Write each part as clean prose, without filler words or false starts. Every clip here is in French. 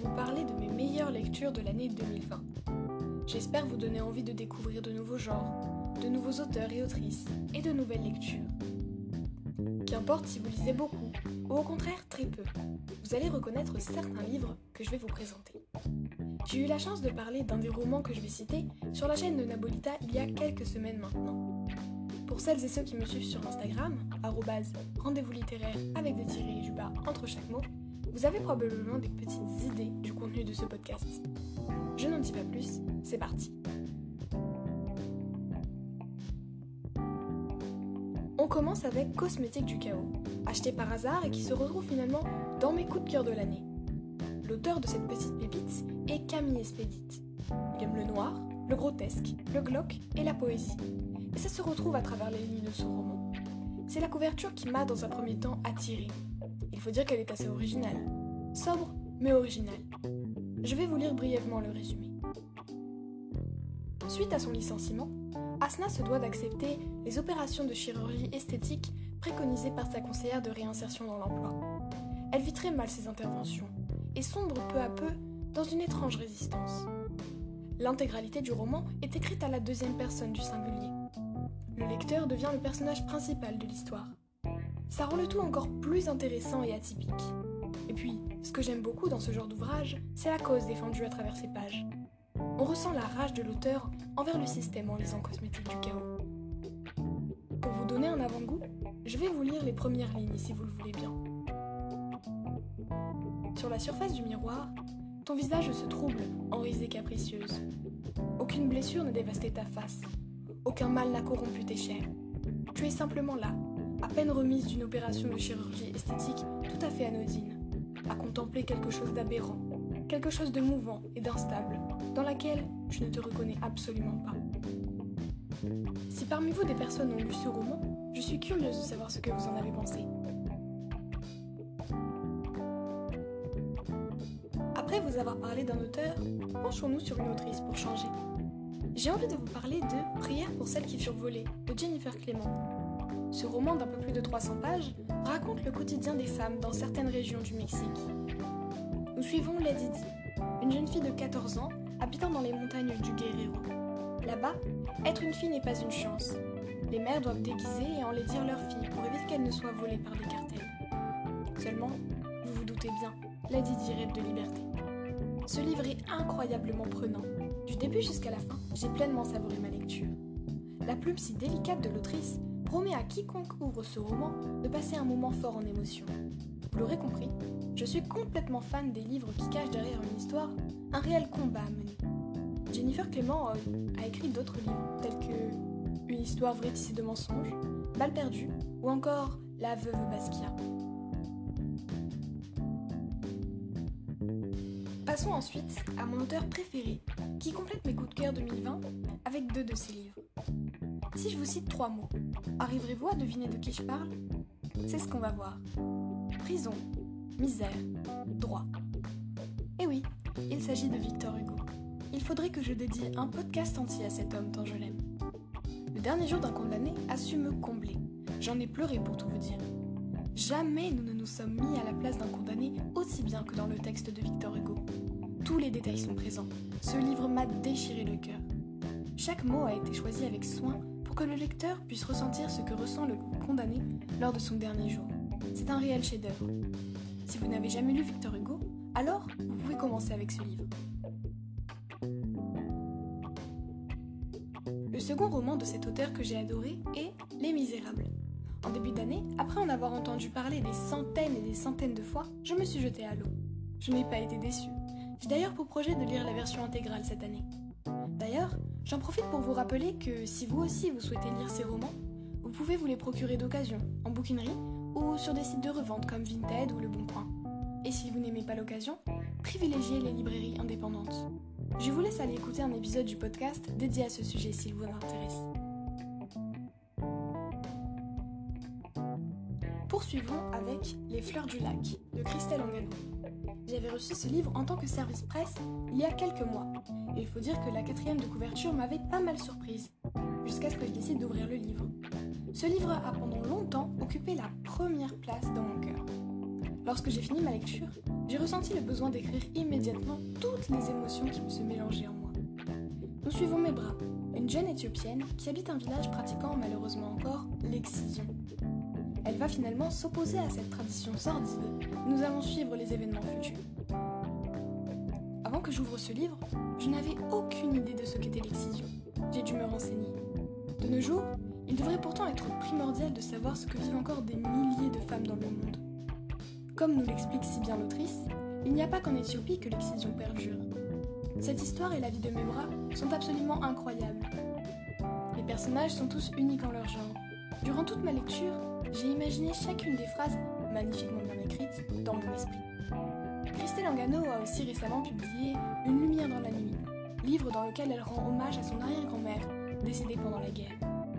vous parler de mes meilleures lectures de l'année 2020. J'espère vous donner envie de découvrir de nouveaux genres, de nouveaux auteurs et autrices, et de nouvelles lectures. Qu'importe si vous lisez beaucoup, ou au contraire très peu, vous allez reconnaître certains livres que je vais vous présenter. J'ai eu la chance de parler d'un des romans que je vais citer sur la chaîne de Nabolita il y a quelques semaines maintenant. Pour celles et ceux qui me suivent sur Instagram, @rendez-vous littéraire avec des tirés du bas entre chaque mot, vous avez probablement des petites idées du contenu de ce podcast. Je n'en dis pas plus, c'est parti. On commence avec Cosmétique du chaos, acheté par hasard et qui se retrouve finalement dans mes coups de cœur de l'année. L'auteur de cette petite pépite est Camille Espédite. Il aime le noir, le grotesque, le glauque et la poésie. Et ça se retrouve à travers les lignes de ce roman. C'est la couverture qui m'a dans un premier temps attirée. Il faut dire qu'elle est assez originale. Sobre, mais originale. Je vais vous lire brièvement le résumé. Suite à son licenciement, Asna se doit d'accepter les opérations de chirurgie esthétique préconisées par sa conseillère de réinsertion dans l'emploi. Elle vit très mal ces interventions et sombre peu à peu dans une étrange résistance. L'intégralité du roman est écrite à la deuxième personne du singulier. Le lecteur devient le personnage principal de l'histoire. Ça rend le tout encore plus intéressant et atypique. Et puis, ce que j'aime beaucoup dans ce genre d'ouvrage, c'est la cause défendue à travers ces pages. On ressent la rage de l'auteur envers le système en lisant Cosmétique du chaos. Pour vous donner un avant-goût, je vais vous lire les premières lignes si vous le voulez bien. Sur la surface du miroir, ton visage se trouble en risée capricieuse. Aucune blessure ne dévastait ta face. Aucun mal n'a corrompu tes chairs. Tu es simplement là, à peine remise d'une opération de chirurgie esthétique tout à fait anodine, à contempler quelque chose d'aberrant, quelque chose de mouvant et d'instable, dans laquelle tu ne te reconnais absolument pas. Si parmi vous des personnes ont lu ce roman, je suis curieuse de savoir ce que vous en avez pensé. Après vous avoir parlé d'un auteur, penchons-nous sur une autrice pour changer. J'ai envie de vous parler de Prière pour celles qui furent volées de Jennifer Clément. Ce roman d'un peu plus de 300 pages raconte le quotidien des femmes dans certaines régions du Mexique. Nous suivons Lady Di, une jeune fille de 14 ans habitant dans les montagnes du Guerrero. Là-bas, être une fille n'est pas une chance. Les mères doivent déguiser et enlaidir leurs filles pour éviter qu'elles ne soient volées par des cartels. Seulement, vous vous doutez bien, Lady Di rêve de liberté. Ce livre est incroyablement prenant. Du début jusqu'à la fin, j'ai pleinement savouré ma lecture. La plume si délicate de l'autrice promet à quiconque ouvre ce roman de passer un moment fort en émotion. Vous l'aurez compris, je suis complètement fan des livres qui cachent derrière une histoire un réel combat à mener. Jennifer Clément a écrit d'autres livres, tels que Une histoire vraie tissée de mensonges, Balle perdue ou encore La veuve Basquiat. Passons ensuite à mon auteur préféré, qui complète mes coups de cœur 2020 avec 2 de ses livres. Si je vous cite 3 mots, arriverez-vous à deviner de qui je parle ? C'est ce qu'on va voir. Prison, misère, droit. Et oui, il s'agit de Victor Hugo. Il faudrait que je dédie un podcast entier à cet homme tant je l'aime. Le dernier jour d'un condamné a su me combler. J'en ai pleuré pour tout vous dire. Jamais nous ne nous sommes mis à la place d'un condamné aussi bien que dans le texte de Victor Hugo. Tous les détails sont présents. Ce livre m'a déchiré le cœur. Chaque mot a été choisi avec soin pour que le lecteur puisse ressentir ce que ressent le condamné lors de son dernier jour. C'est un réel chef-d'œuvre. Si vous n'avez jamais lu Victor Hugo, alors vous pouvez commencer avec ce livre. Le second roman de cet auteur que j'ai adoré est Les Misérables. En début d'année, après en avoir entendu parler des centaines et des centaines de fois, je me suis jetée à l'eau. Je n'ai pas été déçue. J'ai d'ailleurs pour projet de lire la version intégrale cette année. D'ailleurs, j'en profite pour vous rappeler que si vous aussi vous souhaitez lire ces romans, vous pouvez vous les procurer d'occasion, en bouquinerie ou sur des sites de revente comme Vinted ou Le Bon Coin. Et si vous n'aimez pas l'occasion, privilégiez les librairies indépendantes. Je vous laisse aller écouter un épisode du podcast dédié à ce sujet s'il vous intéresse. Poursuivons avec Les Fleurs du Lac de Christelle Angano. J'avais reçu ce livre en tant que service presse il y a quelques mois. Et il faut dire que la 4e de couverture m'avait pas mal surprise, jusqu'à ce que je décide d'ouvrir le livre. Ce livre a pendant longtemps occupé la première place dans mon cœur. Lorsque j'ai fini ma lecture, j'ai ressenti le besoin d'écrire immédiatement toutes les émotions qui se mélangeaient en moi. Nous suivons Mebra, une jeune éthiopienne qui habite un village pratiquant malheureusement encore l'excision. Elle va finalement s'opposer à cette tradition sordide. Nous allons suivre les événements futurs. Avant que j'ouvre ce livre, je n'avais aucune idée de ce qu'était l'excision. J'ai dû me renseigner. De nos jours, il devrait pourtant être primordial de savoir ce que vivent encore des milliers de femmes dans le monde. Comme nous l'explique si bien l'autrice, il n'y a pas qu'en Éthiopie que l'excision perdure. Cette histoire et la vie de Mebra sont absolument incroyables. Les personnages sont tous uniques en leur genre. Durant toute ma lecture, j'ai imaginé chacune des phrases, magnifiquement bien écrites, dans mon esprit. Christelle Angano a aussi récemment publié Une lumière dans la nuit, livre dans lequel elle rend hommage à son arrière-grand-mère, décédée pendant la guerre.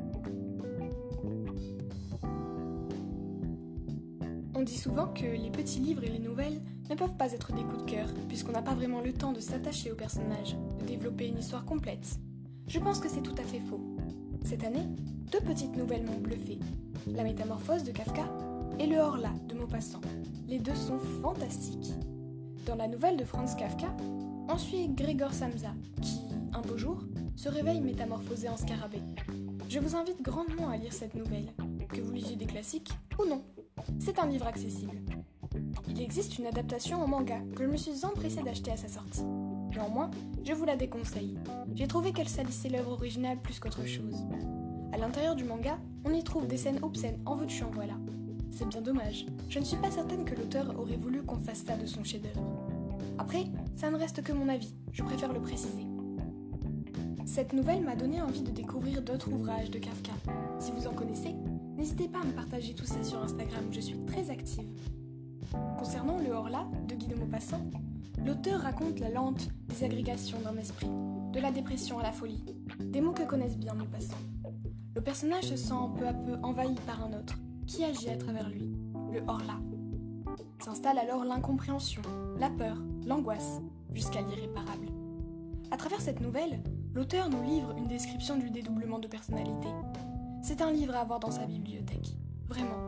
On dit souvent que les petits livres et les nouvelles ne peuvent pas être des coups de cœur, puisqu'on n'a pas vraiment le temps de s'attacher aux personnages, de développer une histoire complète. Je pense que c'est tout à fait faux. Cette année, 2 petites nouvelles m'ont bluffé. La Métamorphose de Kafka et Le Horla de Maupassant. Les 2 sont fantastiques. Dans la nouvelle de Franz Kafka, on suit Grégor Samsa, qui, un beau jour, se réveille métamorphosé en scarabée. Je vous invite grandement à lire cette nouvelle, que vous lisiez des classiques ou non. C'est un livre accessible. Il existe une adaptation en manga que je me suis empressée d'acheter à sa sortie. Néanmoins, je vous la déconseille. J'ai trouvé qu'elle salissait l'œuvre originale plus qu'autre chose. À l'intérieur du manga, on y trouve des scènes obscènes, en veux-tu en voilà. C'est bien dommage, je ne suis pas certaine que l'auteur aurait voulu qu'on fasse ça de son chef-d'œuvre. Après, ça ne reste que mon avis, je préfère le préciser. Cette nouvelle m'a donné envie de découvrir d'autres ouvrages de Kafka. Si vous en connaissez, n'hésitez pas à me partager tout ça sur Instagram, je suis très active. Concernant Le Horla de Guy de Maupassant, l'auteur raconte la lente désagrégation d'un esprit, de la dépression à la folie, des mots que connaissent bien Maupassant. Le personnage se sent peu à peu envahi par un autre, qui agit à travers lui, le Horla. S'installe alors l'incompréhension, la peur, l'angoisse, jusqu'à l'irréparable. À travers cette nouvelle, l'auteur nous livre une description du dédoublement de personnalité. C'est un livre à avoir dans sa bibliothèque, vraiment.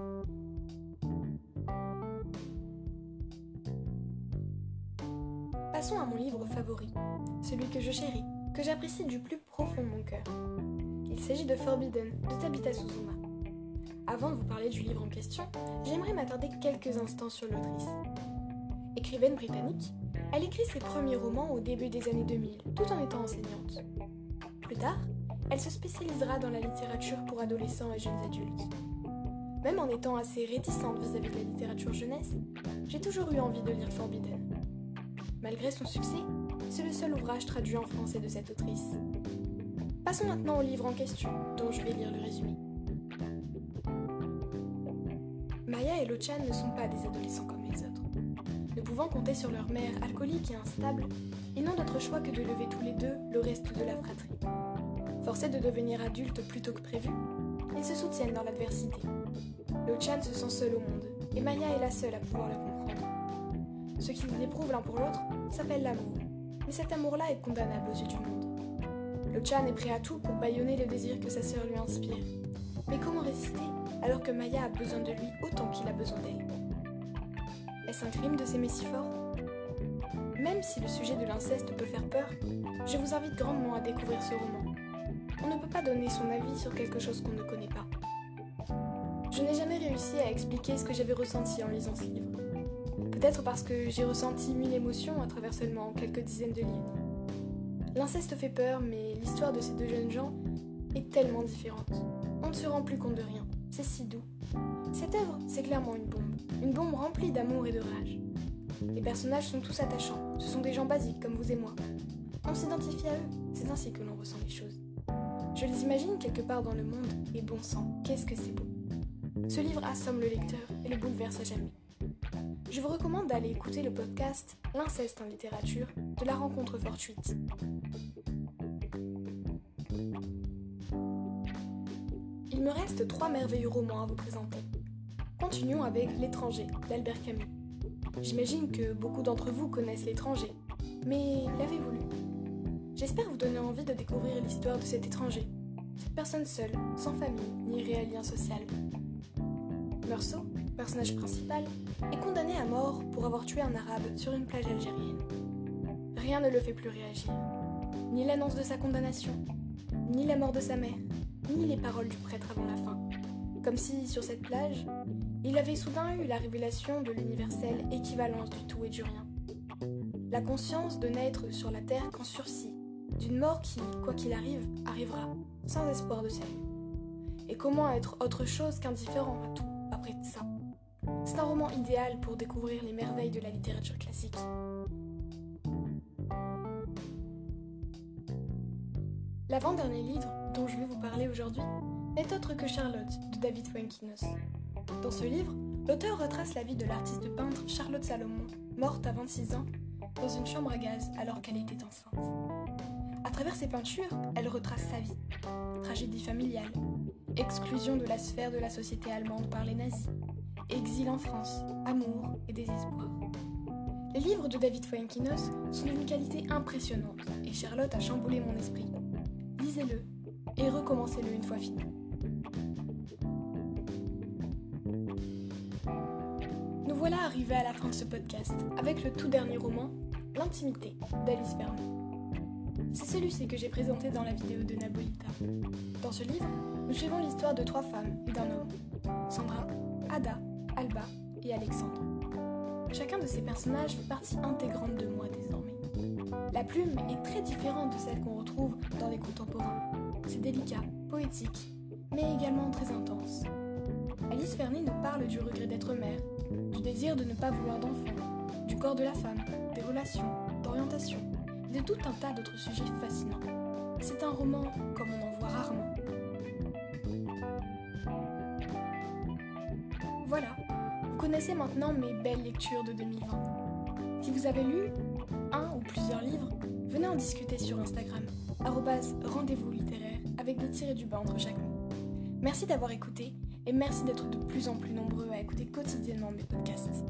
Passons à mon livre favori, celui que je chéris, que j'apprécie du plus profond de mon cœur. Il s'agit de Forbidden, de Tabitha Suzuma. Avant de vous parler du livre en question, j'aimerais m'attarder quelques instants sur l'autrice. Écrivaine britannique, elle écrit ses premiers romans au début des années 2000, tout en étant enseignante. Plus tard, elle se spécialisera dans la littérature pour adolescents et jeunes adultes. Même en étant assez réticente vis-à-vis de la littérature jeunesse, j'ai toujours eu envie de lire Forbidden. Malgré son succès, c'est le seul ouvrage traduit en français de cette autrice. Passons maintenant au livre en question, dont je vais lire le résumé. Maya et Lochan ne sont pas des adolescents comme les autres. Ne pouvant compter sur leur mère alcoolique et instable, ils n'ont d'autre choix que de lever tous les 2 le reste de la fratrie. Forcés de devenir adultes plus tôt que prévu, ils se soutiennent dans l'adversité. Lochan se sent seul au monde, et Maya est la seule à pouvoir le comprendre. Ce qu'ils éprouvent l'un pour l'autre s'appelle l'amour, mais cet amour-là est condamnable aux yeux du monde. Lochan est prêt à tout pour bâillonner le désir que sa sœur lui inspire. Mais comment résister alors que Maya a besoin de lui autant qu'il a besoin d'elle? Est-ce un crime de s'aimer si fort? Même si le sujet de l'inceste peut faire peur, je vous invite grandement à découvrir ce roman. On ne peut pas donner son avis sur quelque chose qu'on ne connaît pas. Je n'ai jamais réussi à expliquer ce que j'avais ressenti en lisant ce livre. Peut-être parce que j'ai ressenti 1000 émotions à travers seulement quelques dizaines de lignes. L'inceste fait peur, mais l'histoire de ces 2 jeunes gens est tellement différente. On ne se rend plus compte de rien, c'est si doux. Cette œuvre, c'est clairement une bombe remplie d'amour et de rage. Les personnages sont tous attachants, ce sont des gens basiques comme vous et moi. On s'identifie à eux, c'est ainsi que l'on ressent les choses. Je les imagine quelque part dans le monde, et bon sang, qu'est-ce que c'est beau. Ce livre assomme le lecteur et le bouleverse à jamais. Je vous recommande d'aller écouter le podcast L'inceste en littérature de la rencontre fortuite. Il me reste 3 merveilleux romans à vous présenter. Continuons avec L'étranger d'Albert Camus. J'imagine que beaucoup d'entre vous connaissent L'étranger, mais l'avez-vous lu? J'espère vous donner envie de découvrir l'histoire de cet étranger, cette personne seule, sans famille ni réel lien social. Meursault, personnage principal, est condamné à mort pour avoir tué un arabe sur une plage algérienne. Rien ne le fait plus réagir. Ni l'annonce de sa condamnation, ni la mort de sa mère, ni les paroles du prêtre avant la fin. Comme si, sur cette plage, il avait soudain eu la révélation de l'universelle équivalence du tout et du rien. La conscience de n'être sur la terre qu'en sursis, d'une mort qui, quoi qu'il arrive, arrivera, sans espoir de salut. Et comment être autre chose qu'indifférent à tout, après ça? C'est un roman idéal pour découvrir les merveilles de la littérature classique. L'avant-dernier livre dont je vais vous parler aujourd'hui n'est autre que Charlotte de David Fuenquinos. Dans ce livre, l'auteur retrace la vie de l'artiste peintre Charlotte Salomon, morte à 26 ans, dans une chambre à gaz alors qu'elle était enceinte. À travers ses peintures, elle retrace sa vie. Tragédie familiale, exclusion de la sphère de la société allemande par les nazis, exil en France, amour et désespoir. Les livres de David Fuenquinos sont d'une qualité impressionnante et Charlotte a chamboulé mon esprit. Lisez-le et recommencez-le une fois fini. Nous voilà arrivés à la fin de ce podcast avec le tout dernier roman, L'intimité d'Alice Verney. C'est celui-ci que j'ai présenté dans la vidéo de Nabolita. Dans ce livre, nous suivons l'histoire de 3 femmes et d'un homme, Sandra, Ada, Alba et Alexandre. Chacun de ces personnages fait partie intégrante de moi désormais. La plume est très différente de celle qu'on retrouve dans les contemporains. C'est délicat, poétique, mais également très intense. Alice Verney nous parle du regret d'être mère, du désir de ne pas vouloir d'enfant, du corps de la femme, des relations, d'orientation, et de tout un tas d'autres sujets fascinants. C'est un roman comme on en voit rarement. Voilà, vous connaissez maintenant mes belles lectures de 2020. Si vous avez lu un ou plusieurs livres, venez en discuter sur Instagram, @rendez-vous littéraire, avec des tirets du bas entre chaque mot. Merci d'avoir écouté et merci d'être de plus en plus nombreux à écouter quotidiennement mes podcasts.